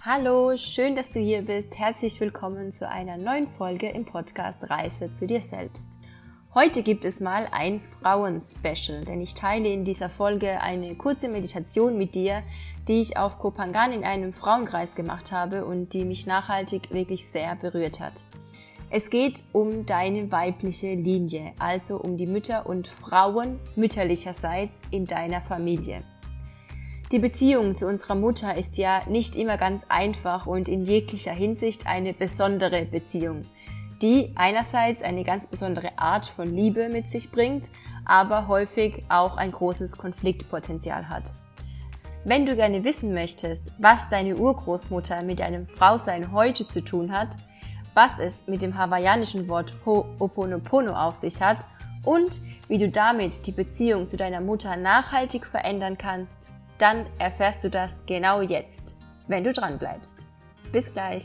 Hallo, schön, dass du hier bist. Herzlich willkommen zu einer neuen Folge im Podcast Reise zu dir selbst. Heute gibt es mal ein Frauen-Special, denn ich teile in dieser Folge eine kurze Meditation mit dir, die ich auf Koh Phangan in einem Frauenkreis gemacht habe und die mich nachhaltig wirklich sehr berührt hat. Es geht um deine weibliche Linie, also um die Mütter und Frauen mütterlicherseits in deiner Familie. Die Beziehung zu unserer Mutter ist ja nicht immer ganz einfach und in jeglicher Hinsicht eine besondere Beziehung, die einerseits eine ganz besondere Art von Liebe mit sich bringt, aber häufig auch ein großes Konfliktpotenzial hat. Wenn du gerne wissen möchtest, was deine Urgroßmutter mit deinem Frausein heute zu tun hat, was es mit dem hawaiianischen Wort Ho'oponopono auf sich hat und wie du damit die Beziehung zu deiner Mutter nachhaltig verändern kannst, dann erfährst du das genau jetzt, wenn du dran bleibst. Bis gleich!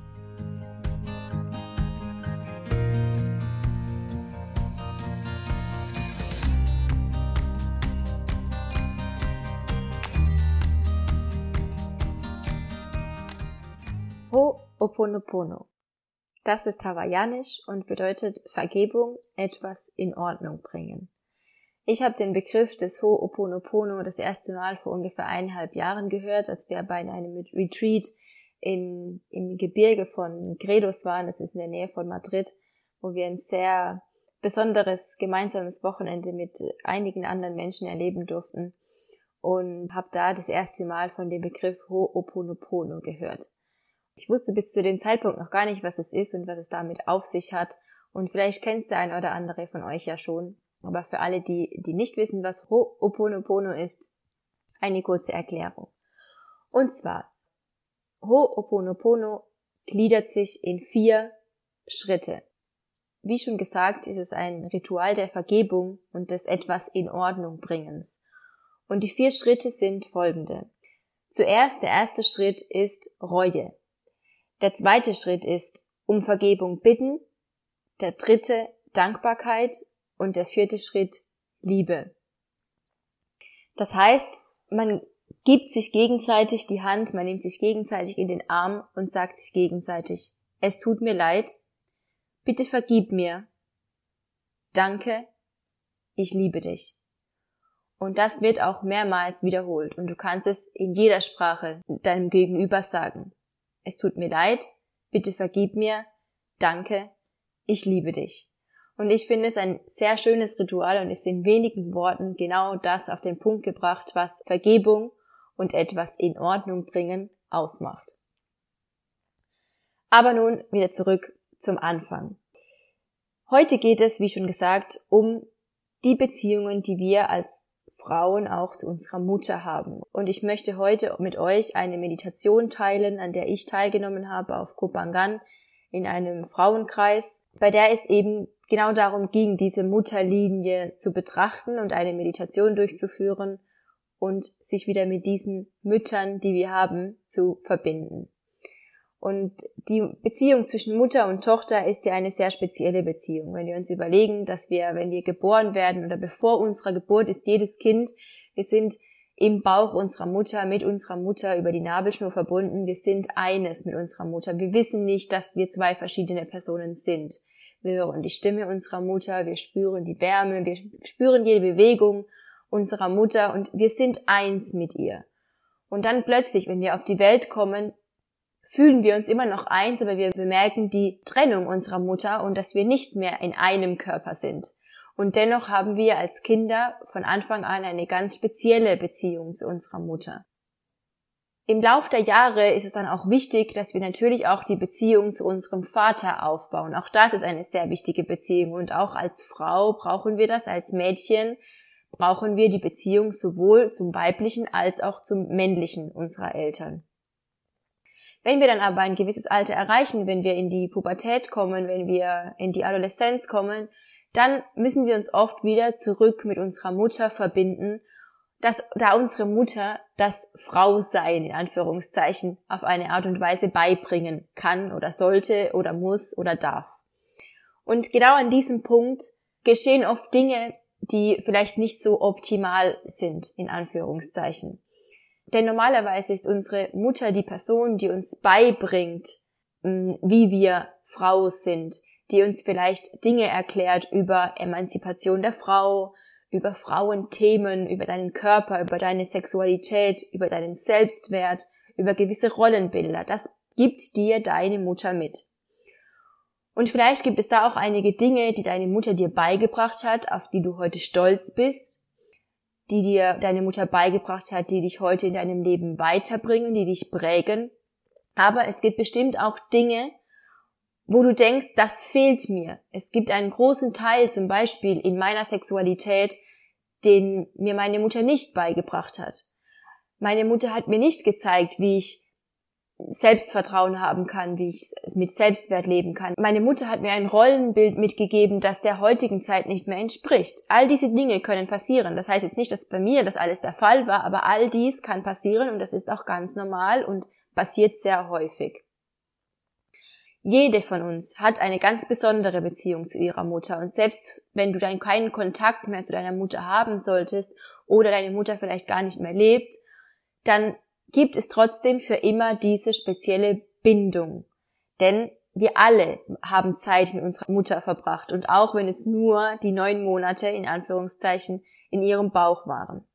Ho'oponopono. Das ist hawaiianisch und bedeutet Vergebung, etwas in Ordnung bringen. Ich habe den Begriff des Ho'oponopono das erste Mal vor ungefähr 1,5 Jahren gehört, als wir bei einem Retreat im Gebirge von Gredos waren, das ist in der Nähe von Madrid, wo wir ein sehr besonderes gemeinsames Wochenende mit einigen anderen Menschen erleben durften und habe da das erste Mal von dem Begriff Ho'oponopono gehört. Ich wusste bis zu dem Zeitpunkt noch gar nicht, was es ist und was es damit auf sich hat und vielleicht kennst der ein oder andere von euch ja schon. Aber für alle, die nicht wissen, was Ho'oponopono ist, eine kurze Erklärung. Und zwar, Ho'oponopono gliedert sich in 4 Schritte. Wie schon gesagt, ist es ein Ritual der Vergebung und des etwas in Ordnung bringens. Und die 4 Schritte sind folgende. Zuerst, der erste Schritt ist Reue. Der zweite Schritt ist um Vergebung bitten. Der dritte Dankbarkeit. Und der 4. Schritt, Liebe. Das heißt, man gibt sich gegenseitig die Hand, man nimmt sich gegenseitig in den Arm und sagt sich gegenseitig, es tut mir leid, bitte vergib mir, danke, ich liebe dich. Und das wird auch mehrmals wiederholt und du kannst es in jeder Sprache deinem Gegenüber sagen. Es tut mir leid, bitte vergib mir, danke, ich liebe dich. Und ich finde es ein sehr schönes Ritual und ist in wenigen Worten genau das auf den Punkt gebracht, was Vergebung und etwas in Ordnung bringen ausmacht. Aber nun wieder zurück zum Anfang. Heute geht es, wie schon gesagt, um die Beziehungen, die wir als Frauen auch zu unserer Mutter haben. Und ich möchte heute mit euch eine Meditation teilen, an der ich teilgenommen habe auf Koh Phangan in einem Frauenkreis, bei der es eben genau darum ging, diese Mutterlinie zu betrachten und eine Meditation durchzuführen und sich wieder mit diesen Müttern, die wir haben, zu verbinden. Und die Beziehung zwischen Mutter und Tochter ist ja eine sehr spezielle Beziehung. Wenn wir uns überlegen, dass wir, wenn wir geboren werden oder bevor unserer Geburt ist jedes Kind, wir sind im Bauch unserer Mutter, mit unserer Mutter über die Nabelschnur verbunden. Wir sind eines mit unserer Mutter. Wir wissen nicht, dass wir 2 verschiedene Personen sind. Wir hören die Stimme unserer Mutter, wir spüren die Wärme, wir spüren jede Bewegung unserer Mutter und wir sind eins mit ihr. Und dann plötzlich, wenn wir auf die Welt kommen, fühlen wir uns immer noch eins, aber wir bemerken die Trennung unserer Mutter und dass wir nicht mehr in einem Körper sind. Und dennoch haben wir als Kinder von Anfang an eine ganz spezielle Beziehung zu unserer Mutter. Im Lauf der Jahre ist es dann auch wichtig, dass wir natürlich auch die Beziehung zu unserem Vater aufbauen. Auch das ist eine sehr wichtige Beziehung und auch als Frau brauchen wir das, als Mädchen brauchen wir die Beziehung sowohl zum weiblichen als auch zum männlichen unserer Eltern. Wenn wir dann aber ein gewisses Alter erreichen, wenn wir in die Pubertät kommen, wenn wir in die Adoleszenz kommen, dann müssen wir uns oft wieder zurück mit unserer Mutter verbinden, da unsere Mutter das Frausein, in Anführungszeichen, auf eine Art und Weise beibringen kann oder sollte oder muss oder darf. Und genau an diesem Punkt geschehen oft Dinge, die vielleicht nicht so optimal sind, in Anführungszeichen. Denn normalerweise ist unsere Mutter die Person, die uns beibringt, wie wir Frau sind, die uns vielleicht Dinge erklärt über Emanzipation der Frau, über Frauenthemen, über deinen Körper, über deine Sexualität, über deinen Selbstwert, über gewisse Rollenbilder. Das gibt dir deine Mutter mit. Und vielleicht gibt es da auch einige Dinge, die deine Mutter dir beigebracht hat, auf die du heute stolz bist, die dir deine Mutter beigebracht hat, die dich heute in deinem Leben weiterbringen, die dich prägen. Aber es gibt bestimmt auch Dinge, wo du denkst, das fehlt mir. Es gibt einen großen Teil, zum Beispiel in meiner Sexualität, den mir meine Mutter nicht beigebracht hat. Meine Mutter hat mir nicht gezeigt, wie ich Selbstvertrauen haben kann, wie ich mit Selbstwert leben kann. Meine Mutter hat mir ein Rollenbild mitgegeben, das der heutigen Zeit nicht mehr entspricht. All diese Dinge können passieren. Das heißt jetzt nicht, dass bei mir das alles der Fall war, aber all dies kann passieren und das ist auch ganz normal und passiert sehr häufig. Jede von uns hat eine ganz besondere Beziehung zu ihrer Mutter und selbst wenn du dann keinen Kontakt mehr zu deiner Mutter haben solltest oder deine Mutter vielleicht gar nicht mehr lebt, dann gibt es trotzdem für immer diese spezielle Bindung. Denn wir alle haben Zeit mit unserer Mutter verbracht und auch wenn es nur die 9 Monate in Anführungszeichen in ihrem Bauch waren.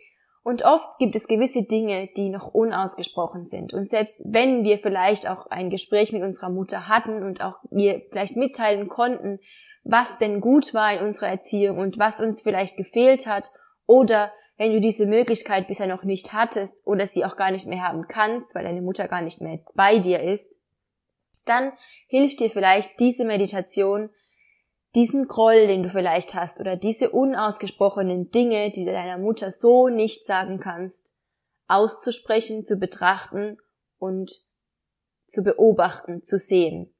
Und oft gibt es gewisse Dinge, die noch unausgesprochen sind. Und selbst wenn wir vielleicht auch ein Gespräch mit unserer Mutter hatten und auch ihr vielleicht mitteilen konnten, was denn gut war in unserer Erziehung und was uns vielleicht gefehlt hat, oder wenn du diese Möglichkeit bisher noch nicht hattest oder sie auch gar nicht mehr haben kannst, weil deine Mutter gar nicht mehr bei dir ist, dann hilft dir vielleicht diese Meditation, diesen Groll, den du vielleicht hast, oder diese unausgesprochenen Dinge, die du deiner Mutter so nicht sagen kannst, auszusprechen, zu betrachten und zu beobachten, zu sehen.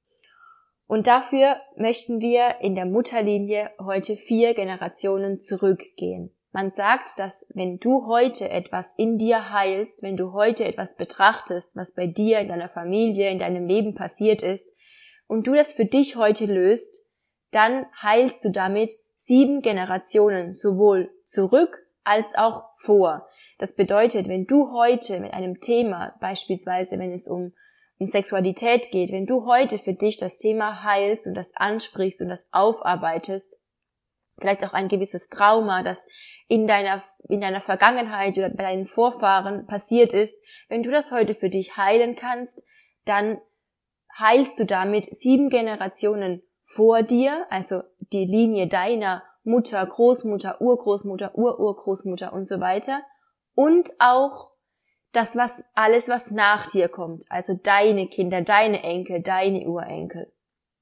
Und dafür möchten wir in der Mutterlinie heute 4 Generationen zurückgehen. Man sagt, dass wenn du heute etwas in dir heilst, wenn du heute etwas betrachtest, was bei dir, in deiner Familie, in deinem Leben passiert ist, und du das für dich heute löst, dann heilst du damit 7 Generationen sowohl zurück als auch vor. Das bedeutet, wenn du heute mit einem Thema, beispielsweise wenn es um Sexualität geht, wenn du heute für dich das Thema heilst und das ansprichst und das aufarbeitest, vielleicht auch ein gewisses Trauma, das in deiner Vergangenheit oder bei deinen Vorfahren passiert ist, wenn du das heute für dich heilen kannst, dann heilst du damit 7 Generationen vor dir, also die Linie deiner Mutter, Großmutter, Urgroßmutter, Ururgroßmutter und so weiter und auch das, was nach dir kommt, also deine Kinder, deine Enkel, deine Urenkel.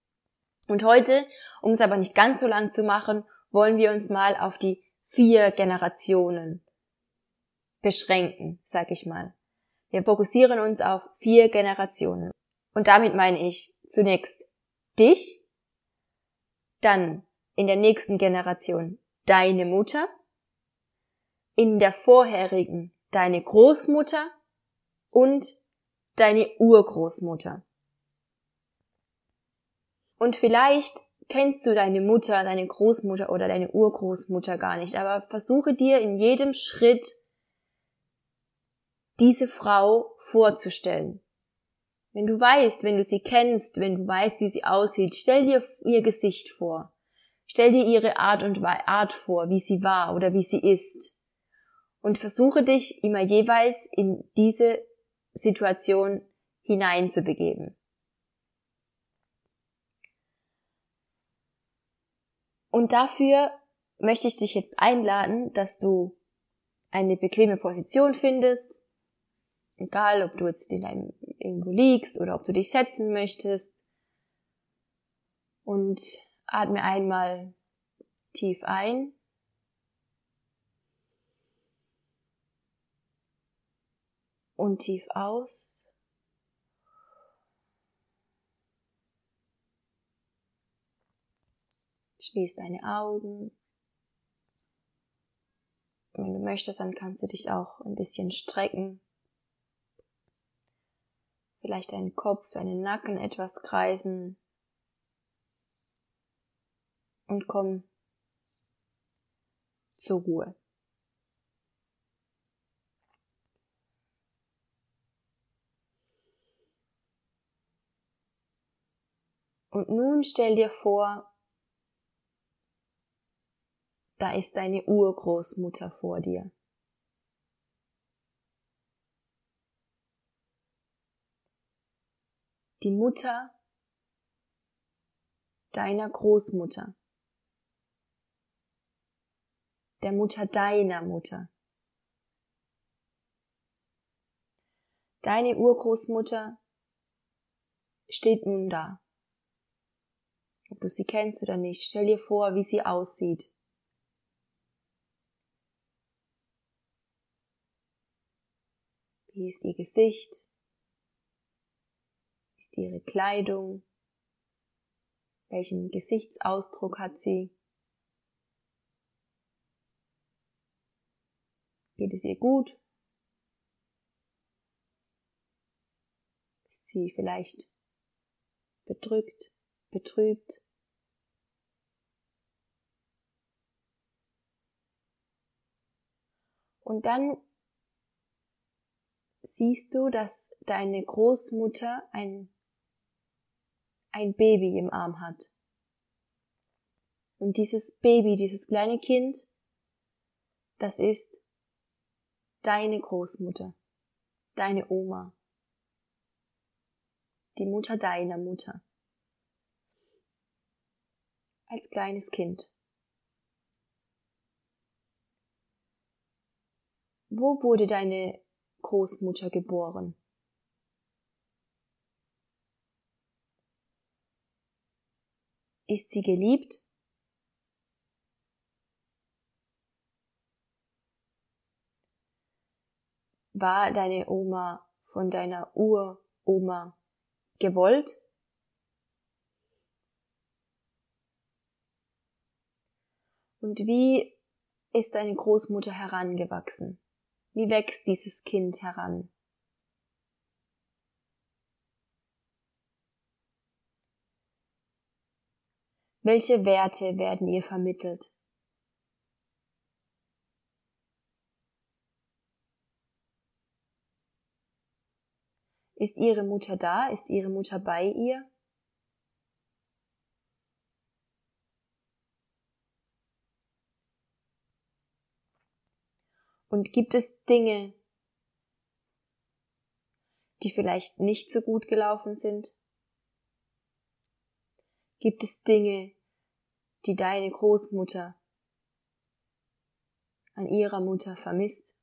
Und heute, um es aber nicht ganz so lang zu machen, wollen wir uns mal auf die 4 Generationen beschränken, sag ich mal. Wir fokussieren uns auf 4 Generationen. Und damit meine ich zunächst dich, dann in der nächsten Generation deine Mutter, in der vorherigen deine Großmutter und deine Urgroßmutter. Und vielleicht kennst du deine Mutter, deine Großmutter oder deine Urgroßmutter gar nicht, aber versuche dir in jedem Schritt diese Frau vorzustellen. Wenn du sie kennst, wenn du weißt, wie sie aussieht, stell dir ihr Gesicht vor. Stell dir ihre Art vor, wie sie war oder wie sie ist. Und versuche dich immer jeweils in diese Situation hineinzubegeben. Und dafür möchte ich dich jetzt einladen, dass du eine bequeme Position findest, egal ob du jetzt irgendwo liegst oder ob du dich setzen möchtest. Und atme einmal tief ein und tief aus. Schließ deine Augen. Wenn du möchtest, dann kannst du dich auch ein bisschen strecken. Vielleicht deinen Kopf, deinen Nacken etwas kreisen. Und komm zur Ruhe. Und nun stell dir vor, da ist deine Urgroßmutter vor dir. Die Mutter deiner Großmutter, der Mutter deiner Mutter. Deine Urgroßmutter steht nun da. Ob du sie kennst oder nicht, stell dir vor, wie sie aussieht. Wie ist ihr Gesicht? Wie ist ihre Kleidung? Welchen Gesichtsausdruck hat sie? Geht es ihr gut? Ist sie vielleicht bedrückt, betrübt? Und dann siehst du, dass deine Großmutter ein Baby im Arm hat. Und dieses Baby, dieses kleine Kind, das ist deine Großmutter, deine Oma, die Mutter deiner Mutter, als kleines Kind. Wo wurde deine Großmutter geboren? Ist sie geliebt? War deine Oma von deiner Uroma gewollt? Und wie ist deine Großmutter herangewachsen? Wie wächst dieses Kind heran? Welche Werte werden ihr vermittelt? Ist ihre Mutter da? Ist ihre Mutter bei ihr? Und gibt es Dinge, die vielleicht nicht so gut gelaufen sind? Gibt es Dinge, die deine Großmutter an ihrer Mutter vermisst?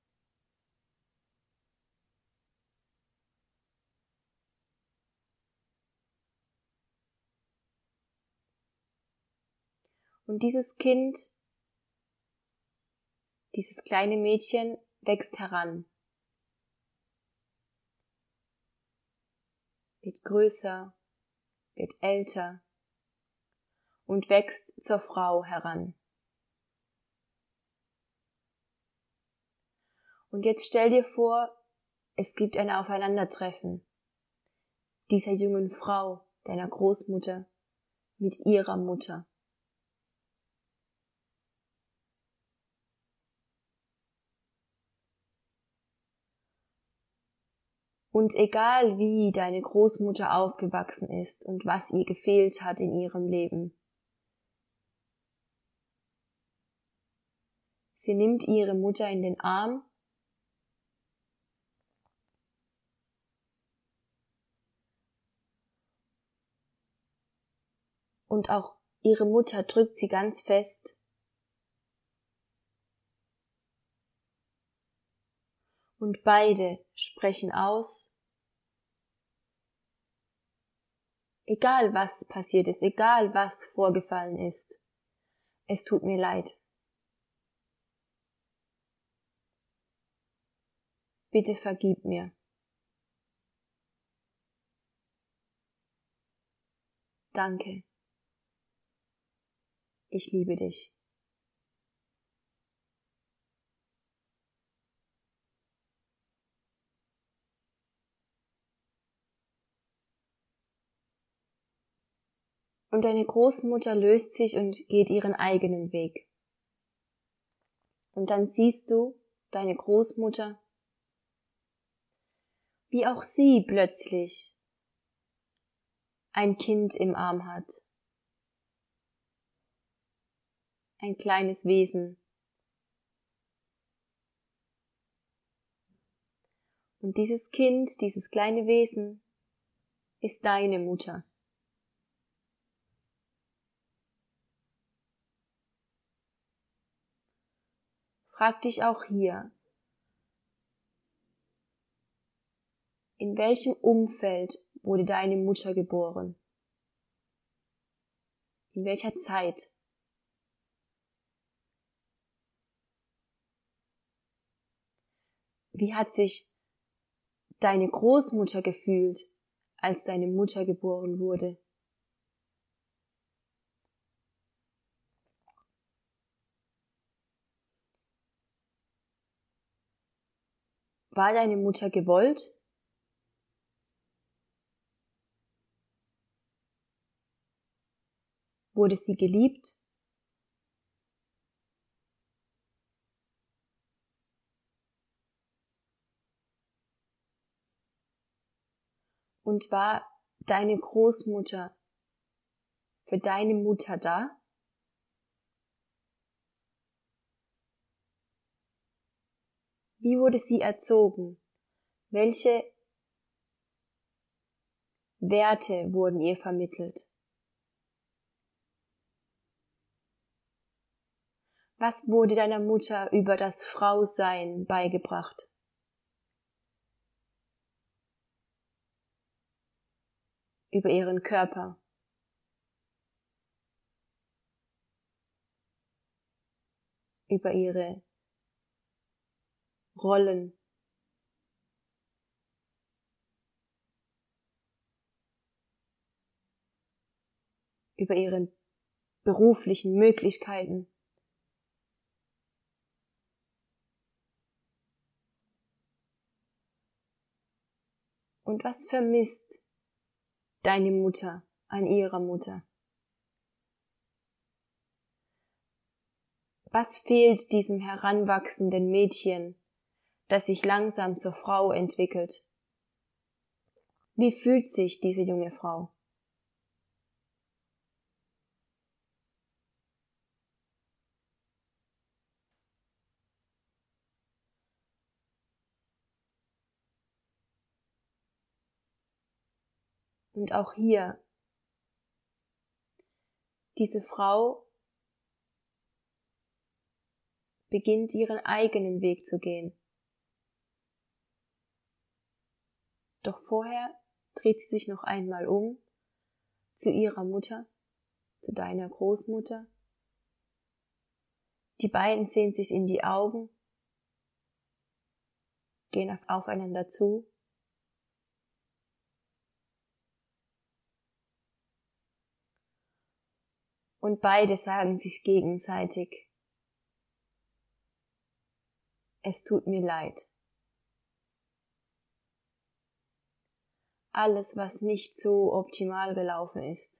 Und dieses Kind, dieses kleine Mädchen wächst heran, wird größer, wird älter und wächst zur Frau heran. Und jetzt stell dir vor, es gibt ein Aufeinandertreffen dieser jungen Frau, deiner Großmutter, mit ihrer Mutter. Und egal wie deine Großmutter aufgewachsen ist und was ihr gefehlt hat in ihrem Leben, sie nimmt ihre Mutter in den Arm und auch ihre Mutter drückt sie ganz fest und beide sprechen aus, egal was passiert ist, egal was vorgefallen ist, es tut mir leid. Bitte vergib mir. Danke. Ich liebe dich. Und deine Großmutter löst sich und geht ihren eigenen Weg. Und dann siehst du deine Großmutter, wie auch sie plötzlich ein Kind im Arm hat. Ein kleines Wesen. Und dieses Kind, dieses kleine Wesen, ist deine Mutter. Frag dich auch hier, in welchem Umfeld wurde deine Mutter geboren? In welcher Zeit? Wie hat sich deine Großmutter gefühlt, als deine Mutter geboren wurde? War deine Mutter gewollt? Wurde sie geliebt? Und war deine Großmutter für deine Mutter da? Wie wurde sie erzogen? Welche Werte wurden ihr vermittelt? Was wurde deiner Mutter über das Frausein beigebracht? Über ihren Körper? Über ihre Rollen? Über ihre beruflichen Möglichkeiten? Und was vermisst deine Mutter an ihrer Mutter? Was fehlt diesem heranwachsenden Mädchen, das sich langsam zur Frau entwickelt? Wie fühlt sich diese junge Frau? Und auch hier, diese Frau beginnt ihren eigenen Weg zu gehen. Doch vorher dreht sie sich noch einmal um zu ihrer Mutter, zu deiner Großmutter. Die beiden sehen sich in die Augen, gehen aufeinander zu. Und beide sagen sich gegenseitig: Es tut mir leid. Alles, was nicht so optimal gelaufen ist.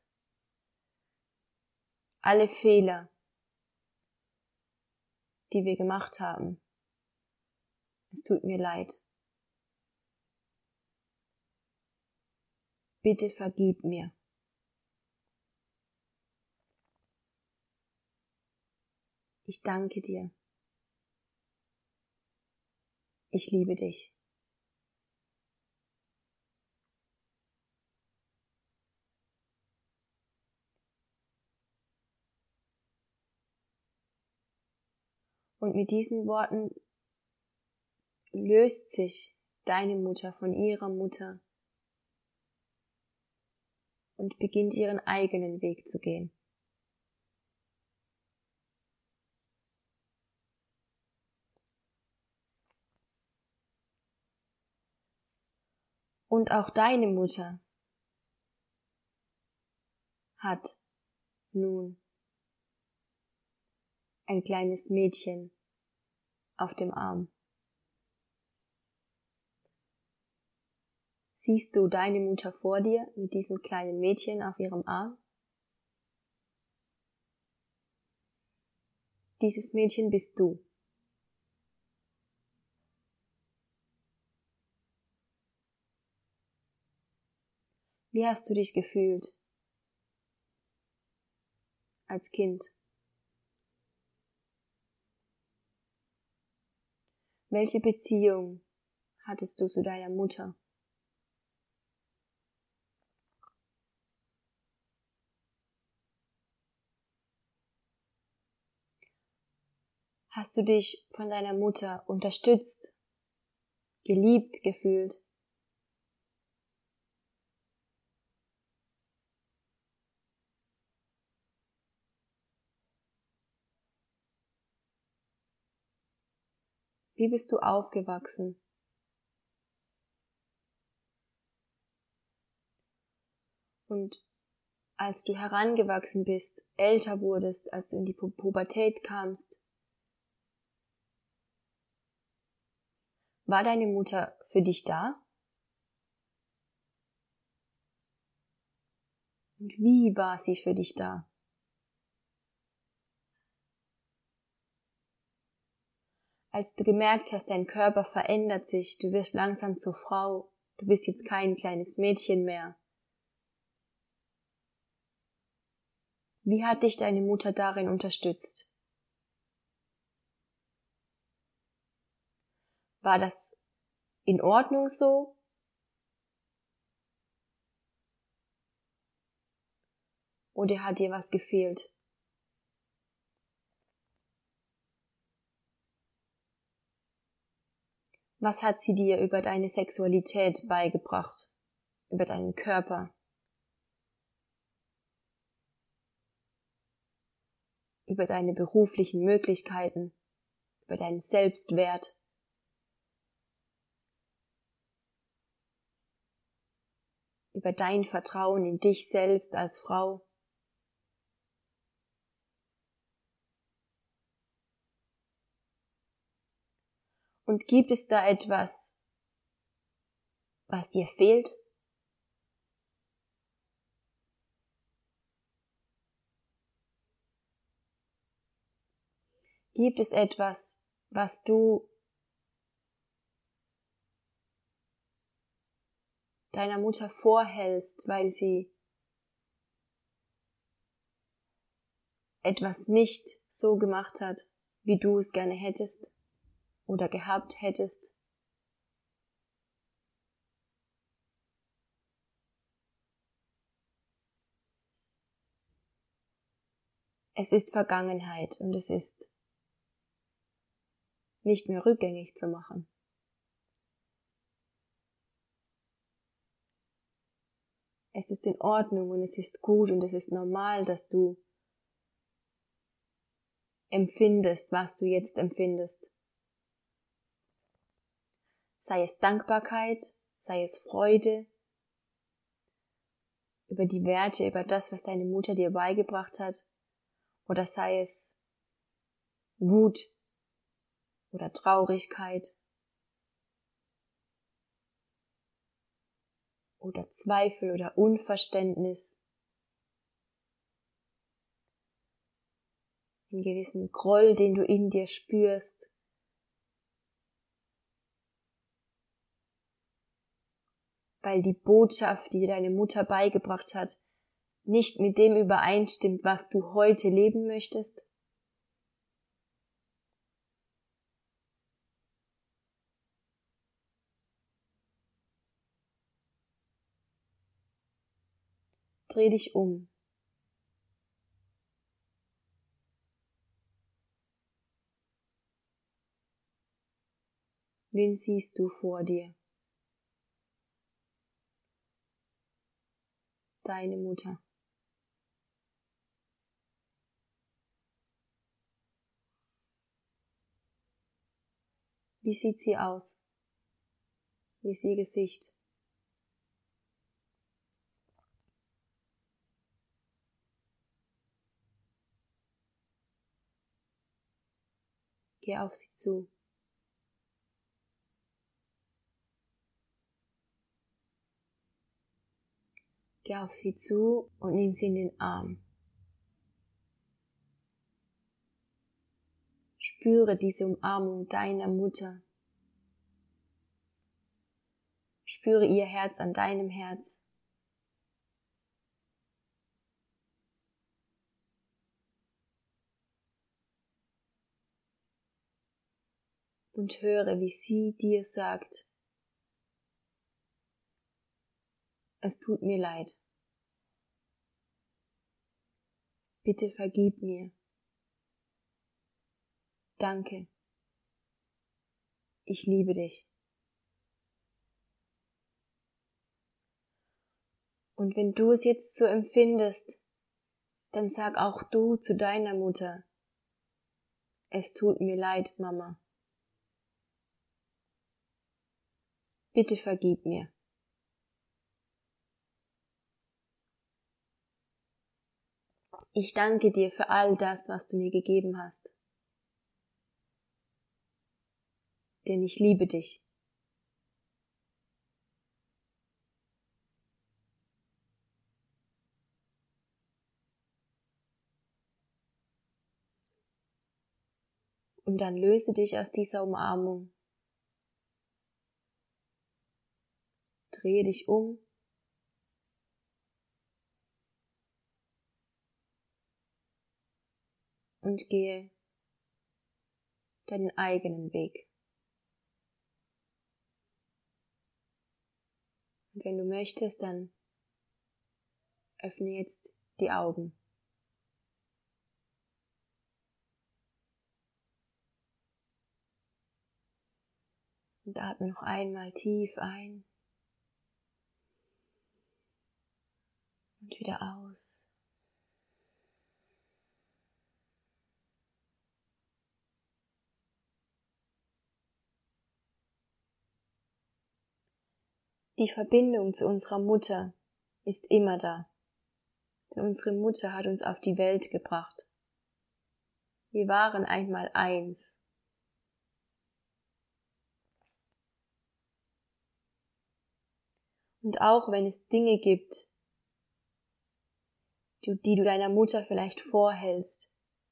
Alle Fehler, die wir gemacht haben. Es tut mir leid. Bitte vergib mir. Ich danke dir. Ich liebe dich. Und mit diesen Worten löst sich deine Mutter von ihrer Mutter und beginnt ihren eigenen Weg zu gehen. Und auch deine Mutter hat nun ein kleines Mädchen auf dem Arm. Siehst du deine Mutter vor dir mit diesem kleinen Mädchen auf ihrem Arm? Dieses Mädchen bist du. Wie hast du dich gefühlt als Kind? Welche Beziehung hattest du zu deiner Mutter? Hast du dich von deiner Mutter unterstützt, geliebt gefühlt? Wie bist du aufgewachsen? Und als du herangewachsen bist, älter wurdest, als du in die Pubertät kamst, war deine Mutter für dich da? Und wie war sie für dich da? Als du gemerkt hast, dein Körper verändert sich, du wirst langsam zur Frau, du bist jetzt kein kleines Mädchen mehr. Wie hat dich deine Mutter darin unterstützt? War das in Ordnung so? Oder hat dir was gefehlt? Was hat sie dir über deine Sexualität beigebracht? Über deinen Körper? Über deine beruflichen Möglichkeiten? Über deinen Selbstwert? Über dein Vertrauen in dich selbst als Frau? Und gibt es da etwas, was dir fehlt? Gibt es etwas, was du deiner Mutter vorhältst, weil sie etwas nicht so gemacht hat, wie du es gerne hättest oder gehabt hättest? Es ist Vergangenheit und es ist nicht mehr rückgängig zu machen. Es ist in Ordnung und es ist gut und es ist normal, dass du empfindest, was du jetzt empfindest. Sei es Dankbarkeit, sei es Freude über die Werte, über das, was deine Mutter dir beigebracht hat, oder sei es Wut oder Traurigkeit oder Zweifel oder Unverständnis, einen gewissen Groll, den du in dir spürst, weil die Botschaft, die dir deine Mutter beigebracht hat, nicht mit dem übereinstimmt, was du heute leben möchtest? Dreh dich um. Wen siehst du vor dir? Deine Mutter. Wie sieht sie aus? Wie ist ihr Gesicht? Geh auf sie zu. Geh auf sie zu und nimm sie in den Arm. Spüre diese Umarmung deiner Mutter. Spüre ihr Herz an deinem Herz. und höre, wie sie dir sagt: Es tut mir leid. Bitte vergib mir. Danke. Ich liebe dich. Und wenn du es jetzt so empfindest, dann sag auch du zu deiner Mutter: Es tut mir leid, Mama. Bitte vergib mir. Ich danke dir für all das, was du mir gegeben hast. Denn ich liebe dich. Und dann löse dich aus dieser Umarmung. Drehe dich um. Und gehe deinen eigenen Weg. Und wenn du möchtest, dann öffne jetzt die Augen. Und atme noch einmal tief ein und wieder aus. Die Verbindung zu unserer Mutter ist immer da, denn unsere Mutter hat uns auf die Welt gebracht. Wir waren einmal eins. Und auch wenn es Dinge gibt, die du deiner Mutter vielleicht vorhältst,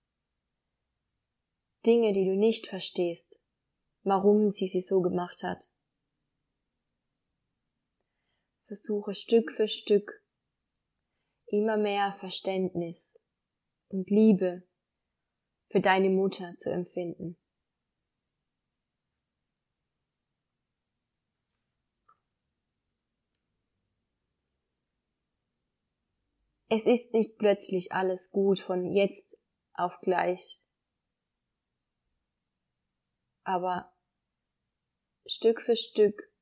Dinge, die du nicht verstehst, warum sie so gemacht hat, versuche Stück für Stück immer mehr Verständnis und Liebe für deine Mutter zu empfinden. Es ist nicht plötzlich alles gut von jetzt auf gleich, aber Stück für Stück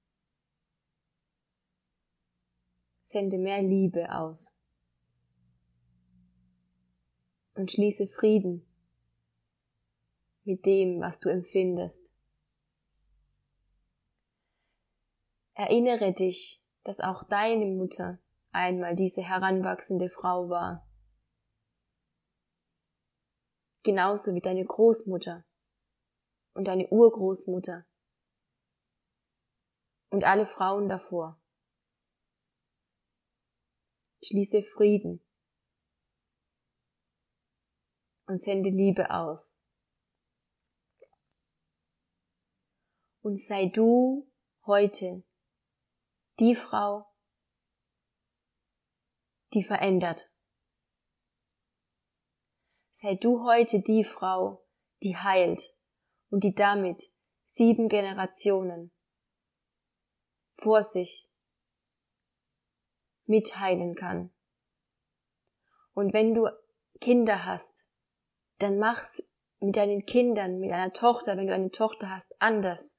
sende mehr Liebe aus und schließe Frieden mit dem, was du empfindest. Erinnere dich, dass auch deine Mutter einmal diese heranwachsende Frau war. Genauso wie deine Großmutter und deine Urgroßmutter und alle Frauen davor. Schließe Frieden und sende Liebe aus. Und sei du heute die Frau, die verändert. Sei du heute die Frau, die heilt und die damit 7 Generationen vor sich mitheilen kann. Und wenn du Kinder hast, dann mach's mit deinen Kindern, mit einer Tochter, wenn du eine Tochter hast, anders.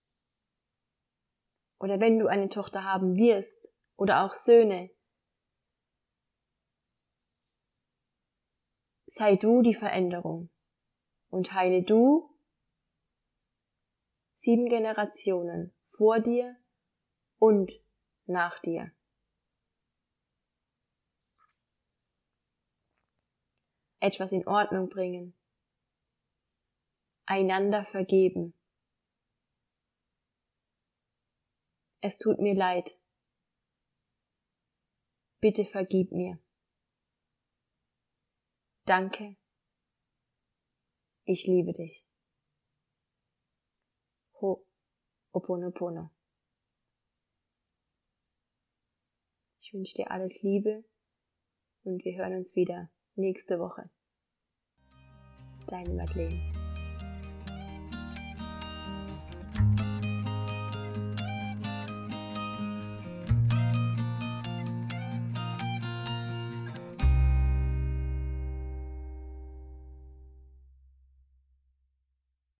Oder wenn du eine Tochter haben wirst, oder auch Söhne, sei du die Veränderung und heile du 7 Generationen vor dir und nach dir. Etwas in Ordnung bringen, einander vergeben. Es tut mir leid. Bitte vergib mir. Danke. Ich liebe dich. Ho'oponopono. Ich wünsche dir alles Liebe und wir hören uns wieder nächste Woche. Deine Madeleine.